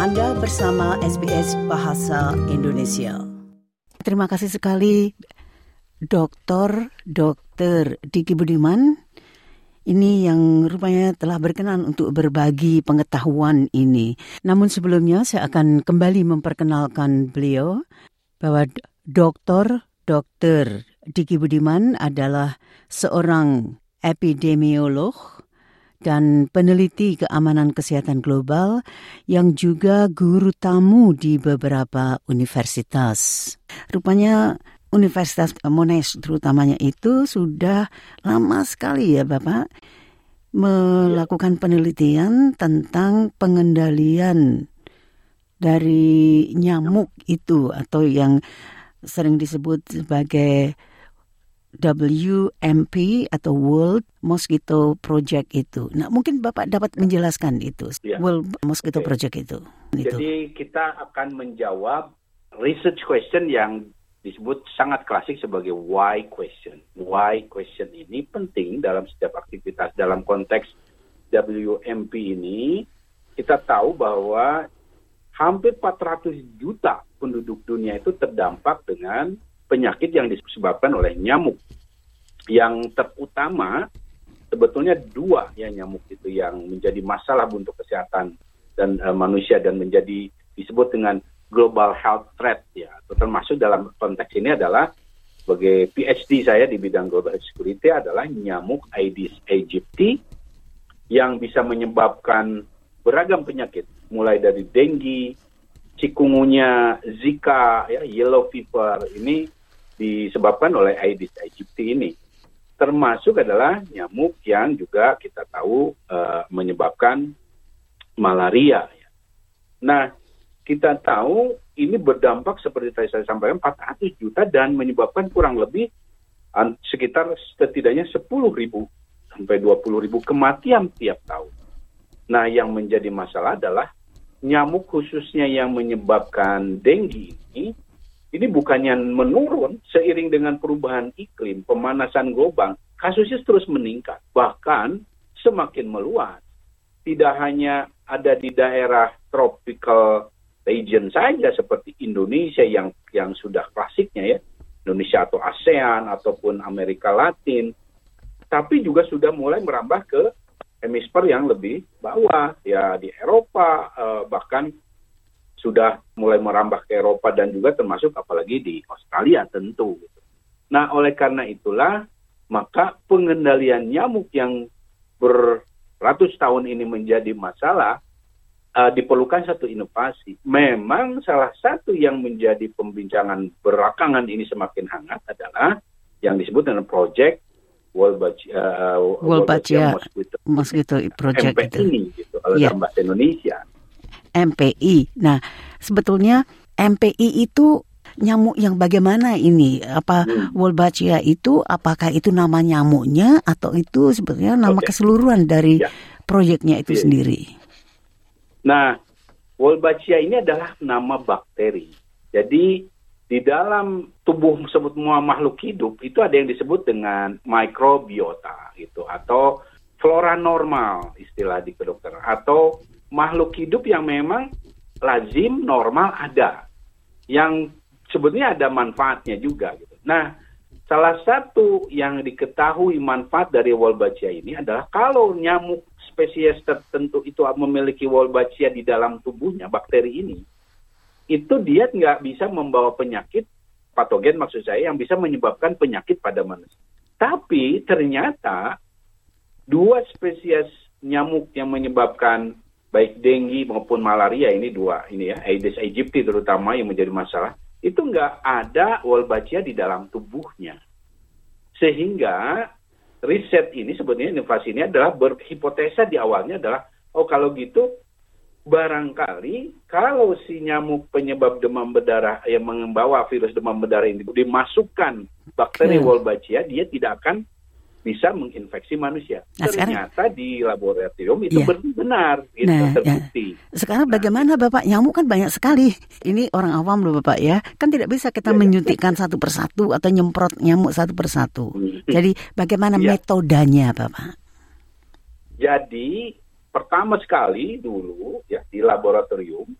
Anda bersama SBS Bahasa Indonesia. Terima kasih sekali Dr. Diki Budiman. Ini yang rupanya telah berkenan untuk berbagi pengetahuan ini. Namun sebelumnya saya akan kembali memperkenalkan beliau bahwa Dr. Diki Budiman adalah seorang epidemiolog dan peneliti keamanan kesehatan global yang juga guru tamu di beberapa universitas. Rupanya Universitas Monash terutamanya itu sudah lama sekali ya Bapak melakukan penelitian tentang pengendalian dari nyamuk itu atau yang sering disebut sebagai WMP atau World Mosquito Project itu. Nah, mungkin Bapak dapat menjelaskan itu, ya. World Mosquito Project itu. Jadi kita akan menjawab research question yang disebut sangat klasik sebagai why question. Why question ini penting dalam setiap aktivitas. Dalam konteks WMP ini, kita tahu bahwa hampir 400 juta penduduk dunia itu terdampak dengan penyakit yang disebabkan oleh nyamuk. Yang terutama sebetulnya dua ya nyamuk itu yang menjadi masalah untuk kesehatan dan manusia dan menjadi disebut dengan global health threat ya. Termasuk dalam konteks ini adalah sebagai PhD saya di bidang global health security adalah nyamuk Aedes aegypti yang bisa menyebabkan beragam penyakit mulai dari dengue, chikungunya, Zika, ya, yellow fever ini disebabkan oleh Aedes aegypti ini. Termasuk adalah nyamuk yang juga kita tahu menyebabkan malaria. Nah, kita tahu ini berdampak seperti tadi saya sampaikan 400 juta dan menyebabkan kurang lebih sekitar setidaknya 10.000 sampai 20.000 kematian tiap tahun. Nah, yang menjadi masalah adalah nyamuk khususnya yang menyebabkan dengue ini bukannya menurun seiring dengan perubahan iklim, pemanasan global, kasusnya terus meningkat, bahkan semakin meluas. Tidak hanya ada di daerah tropical region saja seperti Indonesia yang sudah klasiknya ya, Indonesia atau ASEAN ataupun Amerika Latin, tapi juga sudah mulai merambah ke hemisfer yang lebih bawah ya di Eropa, bahkan sudah mulai merambah ke Eropa dan juga termasuk apalagi di Australia tentu. Nah, oleh karena itulah maka pengendalian nyamuk yang beratus tahun ini menjadi masalah, diperlukan satu inovasi. Memang salah satu yang menjadi pembincangan belakangan ini semakin hangat adalah yang disebut dengan Project Wolbachia Mosquito Project MPI ini, gitu, kalau dalam bahasa Indonesia. MPI. Nah, sebetulnya MPI itu nyamuk yang bagaimana ini? Apa Wolbachia itu, apakah itu nama nyamuknya atau itu sebetulnya nama keseluruhan dari proyeknya itu sendiri? Nah, Wolbachia ini adalah nama bakteri. Jadi, di dalam tubuh semua makhluk hidup itu ada yang disebut dengan mikrobiota gitu, atau flora normal istilah di kedokteran, atau makhluk hidup yang memang lazim, normal ada. Yang sebetulnya ada manfaatnya juga. Gitu. Nah, salah satu yang diketahui manfaat dari Wolbachia ini adalah kalau nyamuk spesies tertentu itu memiliki Wolbachia di dalam tubuhnya, bakteri ini, itu dia nggak bisa membawa penyakit, patogen maksud saya, yang bisa menyebabkan penyakit pada manusia. Tapi ternyata dua spesies nyamuk yang menyebabkan baik dengue maupun malaria ini dua ini ya, Aedes aegypti terutama yang menjadi masalah, itu nggak ada Wolbachia di dalam tubuhnya. Sehingga riset ini sebenarnya inovasi ini adalah berhipotesa di awalnya adalah kalau gitu barangkali kalau si nyamuk penyebab demam berdarah yang membawa virus demam berdarah ini dimasukkan bakteri Wolbachia, dia tidak akan bisa menginfeksi manusia. Nah, ternyata di laboratorium itu benar, itu terbukti. Sekarang bagaimana Bapak? Nyamuk kan banyak sekali. Ini orang awam loh Bapak ya. Kan tidak bisa kita menyuntikkan satu persatu atau nyemprot nyamuk satu persatu. Jadi bagaimana metodenya Bapak? Jadi pertama sekali dulu ya di laboratorium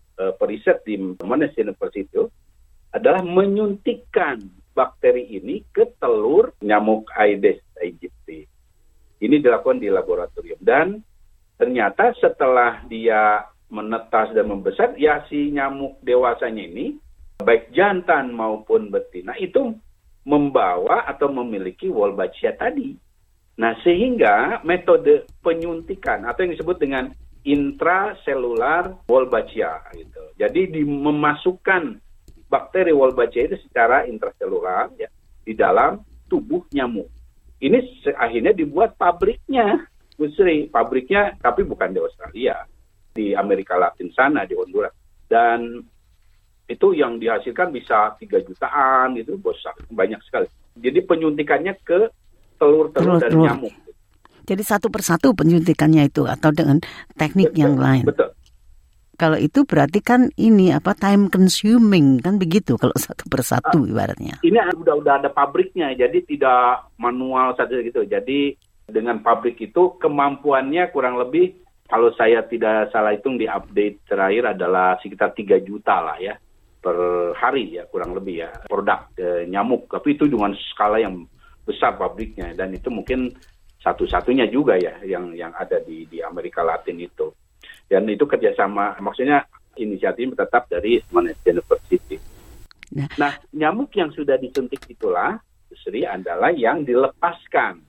periset di Monash University adalah menyuntikkan bakteri ini ke telur nyamuk Aedes aegypti. Ini dilakukan di laboratorium dan ternyata setelah dia menetas dan membesar, ya si nyamuk dewasanya ini, baik jantan maupun betina, itu membawa atau memiliki Wolbachia tadi. Nah, sehingga metode penyuntikan atau yang disebut dengan intraselular Wolbachia gitu. Jadi memasukkan bakteri Wolbachia itu secara intraselular ya di dalam tubuh nyamuk. Ini akhirnya dibuat pabriknya, Bu Sri, pabriknya tapi bukan di Australia, di Amerika Latin sana, di Honduras. Dan itu yang dihasilkan bisa 3 jutaan gitu, besar, banyak sekali. Jadi penyuntikannya ke telur-telur dan nyamuk. Jadi satu persatu penyuntikannya itu atau dengan teknik yang lain. Betul. Kalau itu berarti kan ini time consuming kan begitu kalau satu persatu ibaratnya. Ini udah ada pabriknya, jadi tidak manual saja gitu. Jadi dengan pabrik itu kemampuannya kurang lebih kalau saya tidak salah hitung di update terakhir adalah sekitar 3 juta lah ya per hari ya kurang lebih ya produk nyamuk. Tapi itu dengan skala yang besar pabriknya dan itu mungkin satu-satunya juga ya yang ada di Amerika Latin itu. Dan itu kerjasama, maksudnya inisiatif tetap dari Monash University. Nah, nyamuk yang sudah disuntik itulah, Sri, adalah yang dilepaskan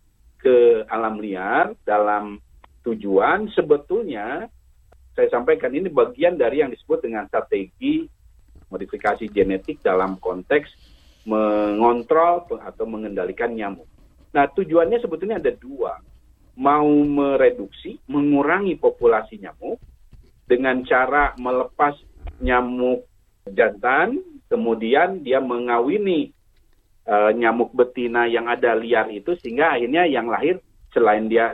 ke alam liar dalam tujuan sebetulnya, saya sampaikan ini bagian dari yang disebut dengan strategi modifikasi genetik dalam konteks mengontrol atau mengendalikan nyamuk. Nah, tujuannya sebetulnya ada 2. Mau mereduksi, mengurangi populasi nyamuk dengan cara melepas nyamuk jantan, kemudian dia mengawini nyamuk betina yang ada liar itu, sehingga akhirnya yang lahir selain dia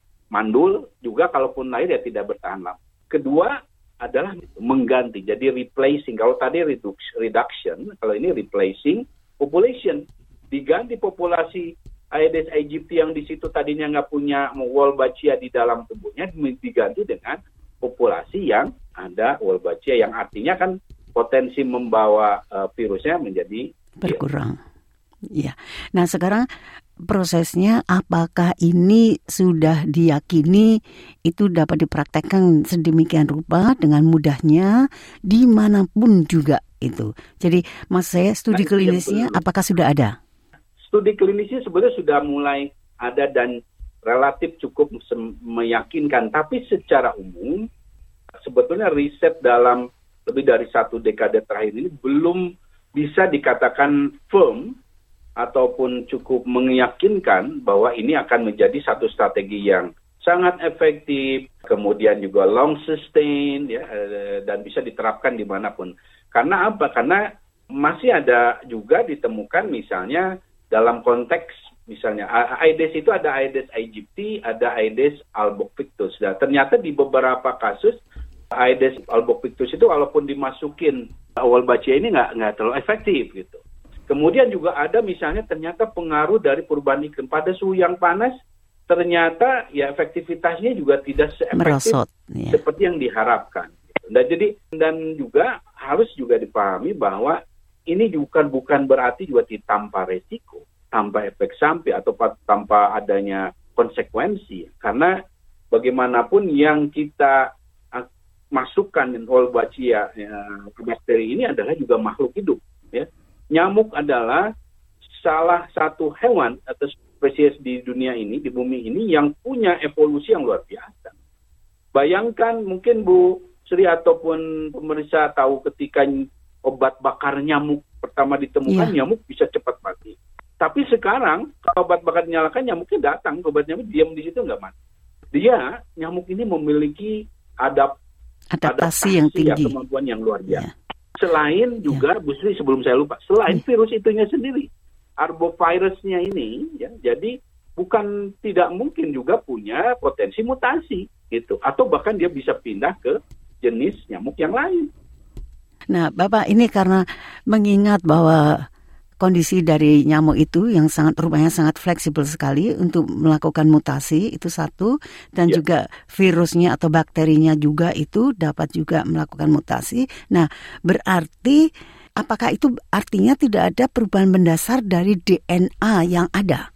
mandul, juga kalaupun lahir ya tidak bertahan lama. Kedua adalah mengganti, jadi replacing. Kalau tadi reduction, kalau ini replacing population, diganti populasi Aedes aegypti yang di situ tadinya nggak punya Wolbachia di dalam tubuhnya diganti dengan populasi yang ada Wolbachia, yang artinya kan potensi membawa virusnya menjadi berkurang. Ya. Nah, sekarang prosesnya apakah ini sudah diyakini itu dapat dipraktekkan sedemikian rupa dengan mudahnya dimanapun juga itu. Jadi, Mas, saya studi klinisnya apakah sudah ada? Studi klinisnya sebenarnya sudah mulai ada dan relatif cukup meyakinkan. Tapi secara umum, sebetulnya riset dalam lebih dari 1 dekade terakhir ini belum bisa dikatakan firm ataupun cukup meyakinkan bahwa ini akan menjadi satu strategi yang sangat efektif, kemudian juga long sustain, ya, dan bisa diterapkan dimanapun. Karena apa? Karena masih ada juga ditemukan misalnya dalam konteks misalnya Aedes itu ada Aedes aegypti, ada Aedes albopictus. Dan ternyata di beberapa kasus Aedes albopictus itu walaupun dimasukin Wolbachia ini nggak terlalu efektif gitu. Kemudian juga ada misalnya ternyata pengaruh dari perubahan iklim pada suhu yang panas, ternyata ya efektivitasnya juga tidak seefektif seperti yang diharapkan. Dan juga harus juga dipahami bahwa ini bukan berarti juga tanpa resiko, tanpa efek samping atau tanpa adanya konsekuensi. Karena bagaimanapun yang kita masukkan Wolbachia bakteri ini adalah juga makhluk hidup. Ya. Nyamuk adalah salah satu hewan atau spesies di dunia ini, di bumi ini yang punya evolusi yang luar biasa. Bayangkan mungkin Bu Sri ataupun pemirsa tahu ketika obat bakar nyamuk pertama ditemukan, nyamuk bisa cepat mati. Tapi sekarang, kalau obat bakar dinyalakan, nyamuknya datang, obat nyamuk diam di situ nggak mati. Nyamuk ini memiliki adaptasi yang tinggi, kemampuan yang luar biasa. Selain juga, Bu Sri, sebelum saya lupa, selain virus itunya sendiri, arbovirusnya ini, ya, jadi bukan tidak mungkin juga punya potensi mutasi, gitu. Atau bahkan dia bisa pindah ke jenis nyamuk yang lain. Nah, Bapak, ini karena mengingat bahwa kondisi dari nyamuk itu yang rupanya sangat fleksibel sekali untuk melakukan mutasi, itu satu, dan juga virusnya atau bakterinya juga itu dapat juga melakukan mutasi. Nah, berarti apakah itu artinya tidak ada perubahan mendasar dari DNA yang ada?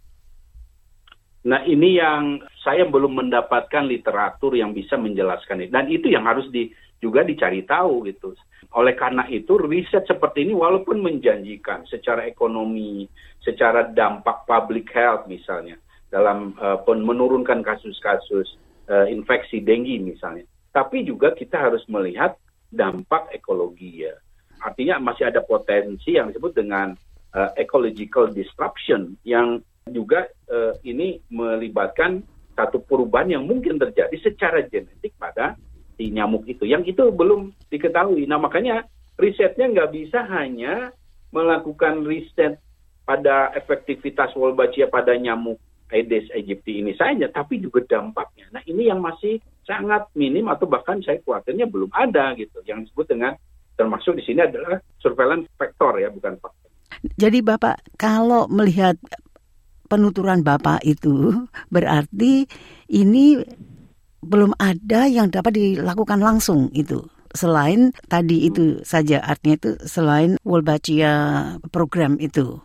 Nah, ini yang saya belum mendapatkan literatur yang bisa menjelaskan itu. Dan itu yang harus juga dicari tahu gitu. Oleh karena itu, riset seperti ini walaupun menjanjikan secara ekonomi, secara dampak public health misalnya, dalam menurunkan kasus-kasus infeksi dengue misalnya. Tapi juga kita harus melihat dampak ekologi ya. Artinya masih ada potensi yang disebut dengan ecological disruption yang juga ini melibatkan satu perubahan yang mungkin terjadi secara genetik pada si nyamuk itu. Yang itu belum diketahui. Nah, makanya risetnya nggak bisa hanya melakukan riset pada efektivitas Wolbachia pada nyamuk Aedes aegypti ini saja, tapi juga dampaknya. Nah, ini yang masih sangat minim atau bahkan saya khawatirnya belum ada gitu. Yang disebut dengan, termasuk di sini adalah surveillance factor ya, bukan faktor. Jadi Bapak, kalau melihat penuturan Bapak itu berarti ini belum ada yang dapat dilakukan langsung itu. Selain tadi itu saja, artinya itu selain Wolbachia program itu.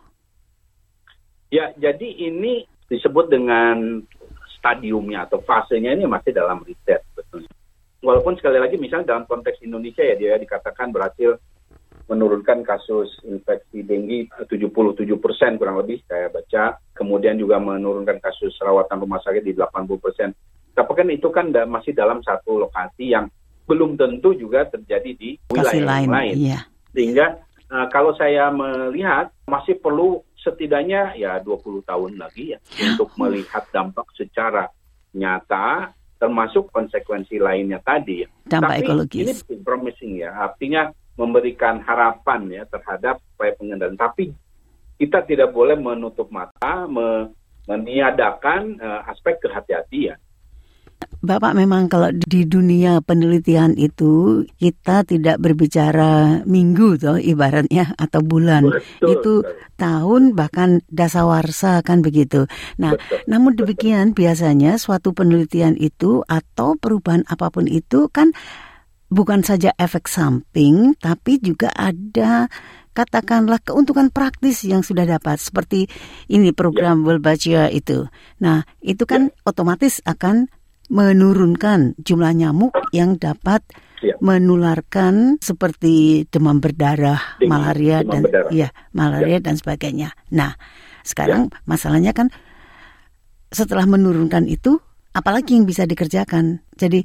Ya, jadi ini disebut dengan stadiumnya atau fasenya ini masih dalam riset sebetulnya. Walaupun sekali lagi misalnya dalam konteks Indonesia ya dia dikatakan berhasil menurunkan kasus infeksi dengue 77% kurang lebih saya baca. Kemudian juga menurunkan kasus rawatan rumah sakit di 80%. Tapi kan itu kan masih dalam satu lokasi yang belum tentu juga terjadi di wilayah lain. Iya. Sehingga kalau saya melihat masih perlu setidaknya ya 20 tahun lagi ya untuk melihat dampak secara nyata termasuk konsekuensi lainnya tadi. Dampak tapi ekologis. Ini promising ya, artinya memberikan harapan ya terhadap upaya pengendalian. Tapi kita tidak boleh menutup mata, meniadakan aspek kehati-hatian. Bapak, memang kalau di dunia penelitian itu kita tidak berbicara minggu toh ibaratnya atau bulan. Betul, itu tahun bahkan dasawarsa kan begitu. Nah, namun demikian biasanya suatu penelitian itu atau perubahan apapun itu kan bukan saja efek samping, tapi juga ada katakanlah keuntungan praktis yang sudah dapat. Seperti ini program Wolbachia itu. Nah, itu kan otomatis akan menurunkan jumlah nyamuk yang dapat menularkan seperti demam berdarah, malaria dan sebagainya. Nah, sekarang masalahnya kan setelah menurunkan itu apalagi yang bisa dikerjakan. Jadi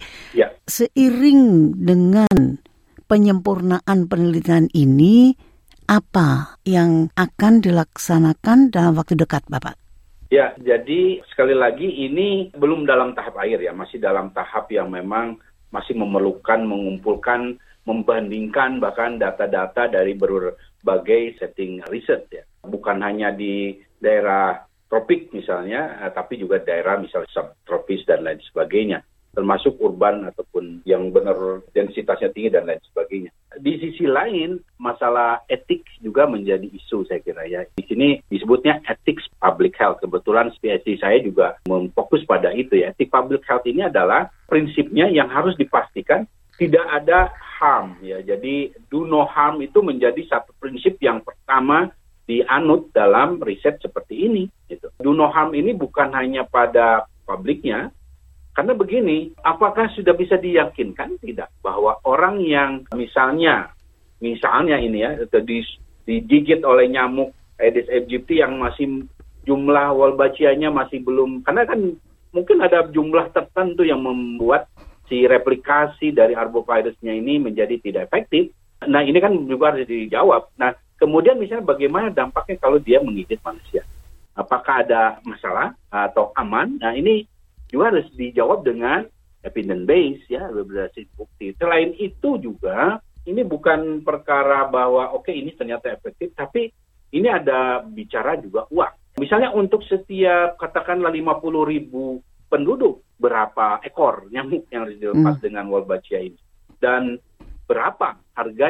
seiring dengan penyempurnaan penelitian ini, apa yang akan dilaksanakan dalam waktu dekat, Bapak? Ya, jadi sekali lagi ini belum dalam tahap akhir ya, masih dalam tahap yang memang masih memerlukan, mengumpulkan, membandingkan bahkan data-data dari berbagai setting riset ya. Bukan hanya di daerah tropik misalnya, tapi juga daerah misalnya subtropis dan lain sebagainya. Termasuk urban ataupun yang benar densitasnya tinggi dan lain sebagainya. Di sisi lain, masalah etik juga menjadi isu saya kira ya. Di sini disebutnya ethics public health. Kebetulan PhD saya juga memfokus pada itu ya. Etik public health ini adalah prinsipnya yang harus dipastikan tidak ada harm ya. Jadi do no harm itu menjadi satu prinsip yang pertama dianut dalam riset seperti ini. Gitu. Do no harm ini bukan hanya pada publiknya. Karena begini, apakah sudah bisa diyakinkan tidak bahwa orang yang misalnya ini ya, digigit oleh nyamuk Aedes aegypti yang masih jumlah Wolbachia-nya masih belum, karena kan mungkin ada jumlah tertentu yang membuat si replikasi dari arbovirusnya ini menjadi tidak efektif. Nah ini kan juga harus dijawab. Nah kemudian misalnya bagaimana dampaknya kalau dia menggigit manusia? Apakah ada masalah atau aman? Nah ini juga harus dijawab dengan evidence base ya, berdasarkan bukti. Selain itu juga ini bukan perkara bahwa ini ternyata efektif, tapi ini ada bicara juga uang. Misalnya untuk setiap katakanlah 50,000 penduduk berapa ekor nyamuk yang harus dilepas dengan Wolbachia ini dan berapa harganya.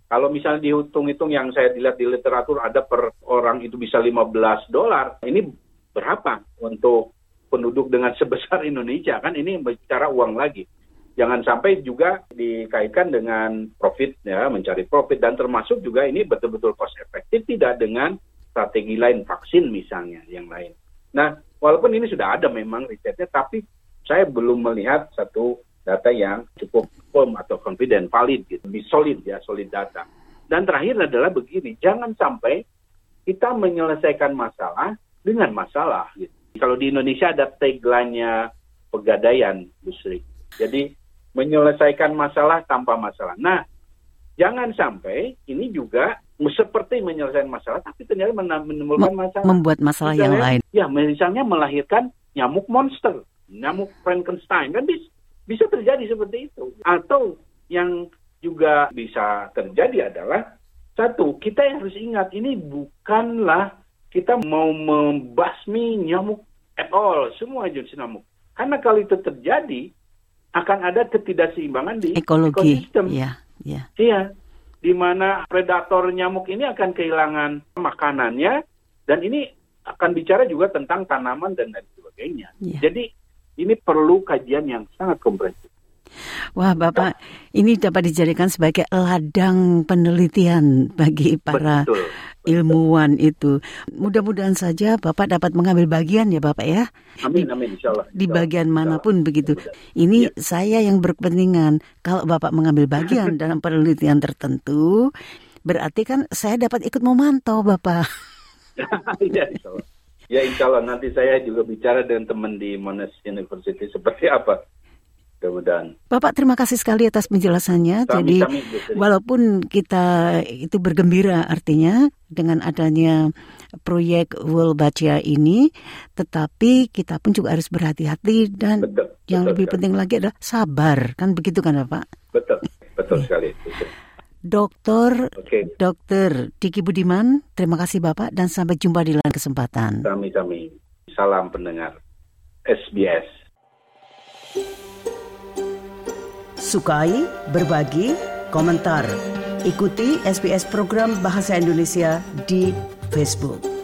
Kalau misalnya dihitung-hitung yang saya lihat di literatur ada per orang itu bisa $15. Ini berapa untuk penduduk dengan sebesar Indonesia? Kan ini bicara uang lagi. Jangan sampai juga dikaitkan dengan profit, ya, mencari profit, dan termasuk juga ini betul-betul cost efektif tidak dengan strategi lain, vaksin misalnya, yang lain. Nah, walaupun ini sudah ada memang risetnya, tapi saya belum melihat satu data yang cukup firm atau confident, valid, gitu, lebih solid data. Dan terakhir adalah begini, jangan sampai kita menyelesaikan masalah dengan masalah. Gitu. Kalau di Indonesia ada tagline-nya Pegadaian, Bu Sri. Jadi menyelesaikan masalah tanpa masalah. Nah, jangan sampai ini juga seperti menyelesaikan masalah, tapi ternyata menimbulkan masalah. Membuat masalah misalnya, yang lain. Ya, misalnya melahirkan nyamuk monster, nyamuk Frankenstein, kan bisa terjadi seperti itu. Atau yang juga bisa terjadi adalah, satu, kita yang harus ingat, ini bukanlah kita mau membasmi nyamuk at all, semua jenis nyamuk. Karena kalau itu terjadi, akan ada ketidakseimbangan di ekosistem. Iya, di mana predator nyamuk ini akan kehilangan makanannya, dan ini akan bicara juga tentang tanaman dan lain sebagainya. Jadi ini perlu kajian yang sangat komprehensif. Wah, Bapak, ini dapat dijadikan sebagai ladang penelitian bagi para ilmuwan itu. Mudah-mudahan saja Bapak dapat mengambil bagian ya, Bapak ya. Amin, insyaallah. Di bagian manapun begitu. Ini saya yang berkepentingan. Kalau Bapak mengambil bagian dalam penelitian tertentu, berarti kan saya dapat ikut memantau, Bapak. Ya, insyaallah. Ya, insyaallah nanti saya juga bicara dengan teman di Monash University seperti apa. Mudah-mudahan. Bapak, terima kasih sekali atas penjelasannya. Jadi walaupun kita itu bergembira artinya dengan adanya proyek Wolbachia ini, tetapi kita pun juga harus berhati-hati dan yang lebih penting lagi adalah sabar. Kan begitu kan, Bapak? Betul sekali. Dr. Diki Budiman, terima kasih Bapak dan sampai jumpa di lain kesempatan. Sami-sami. Salam pendengar SBS. Sukai, berbagi, komentar. Ikuti SBS program Bahasa Indonesia di Facebook.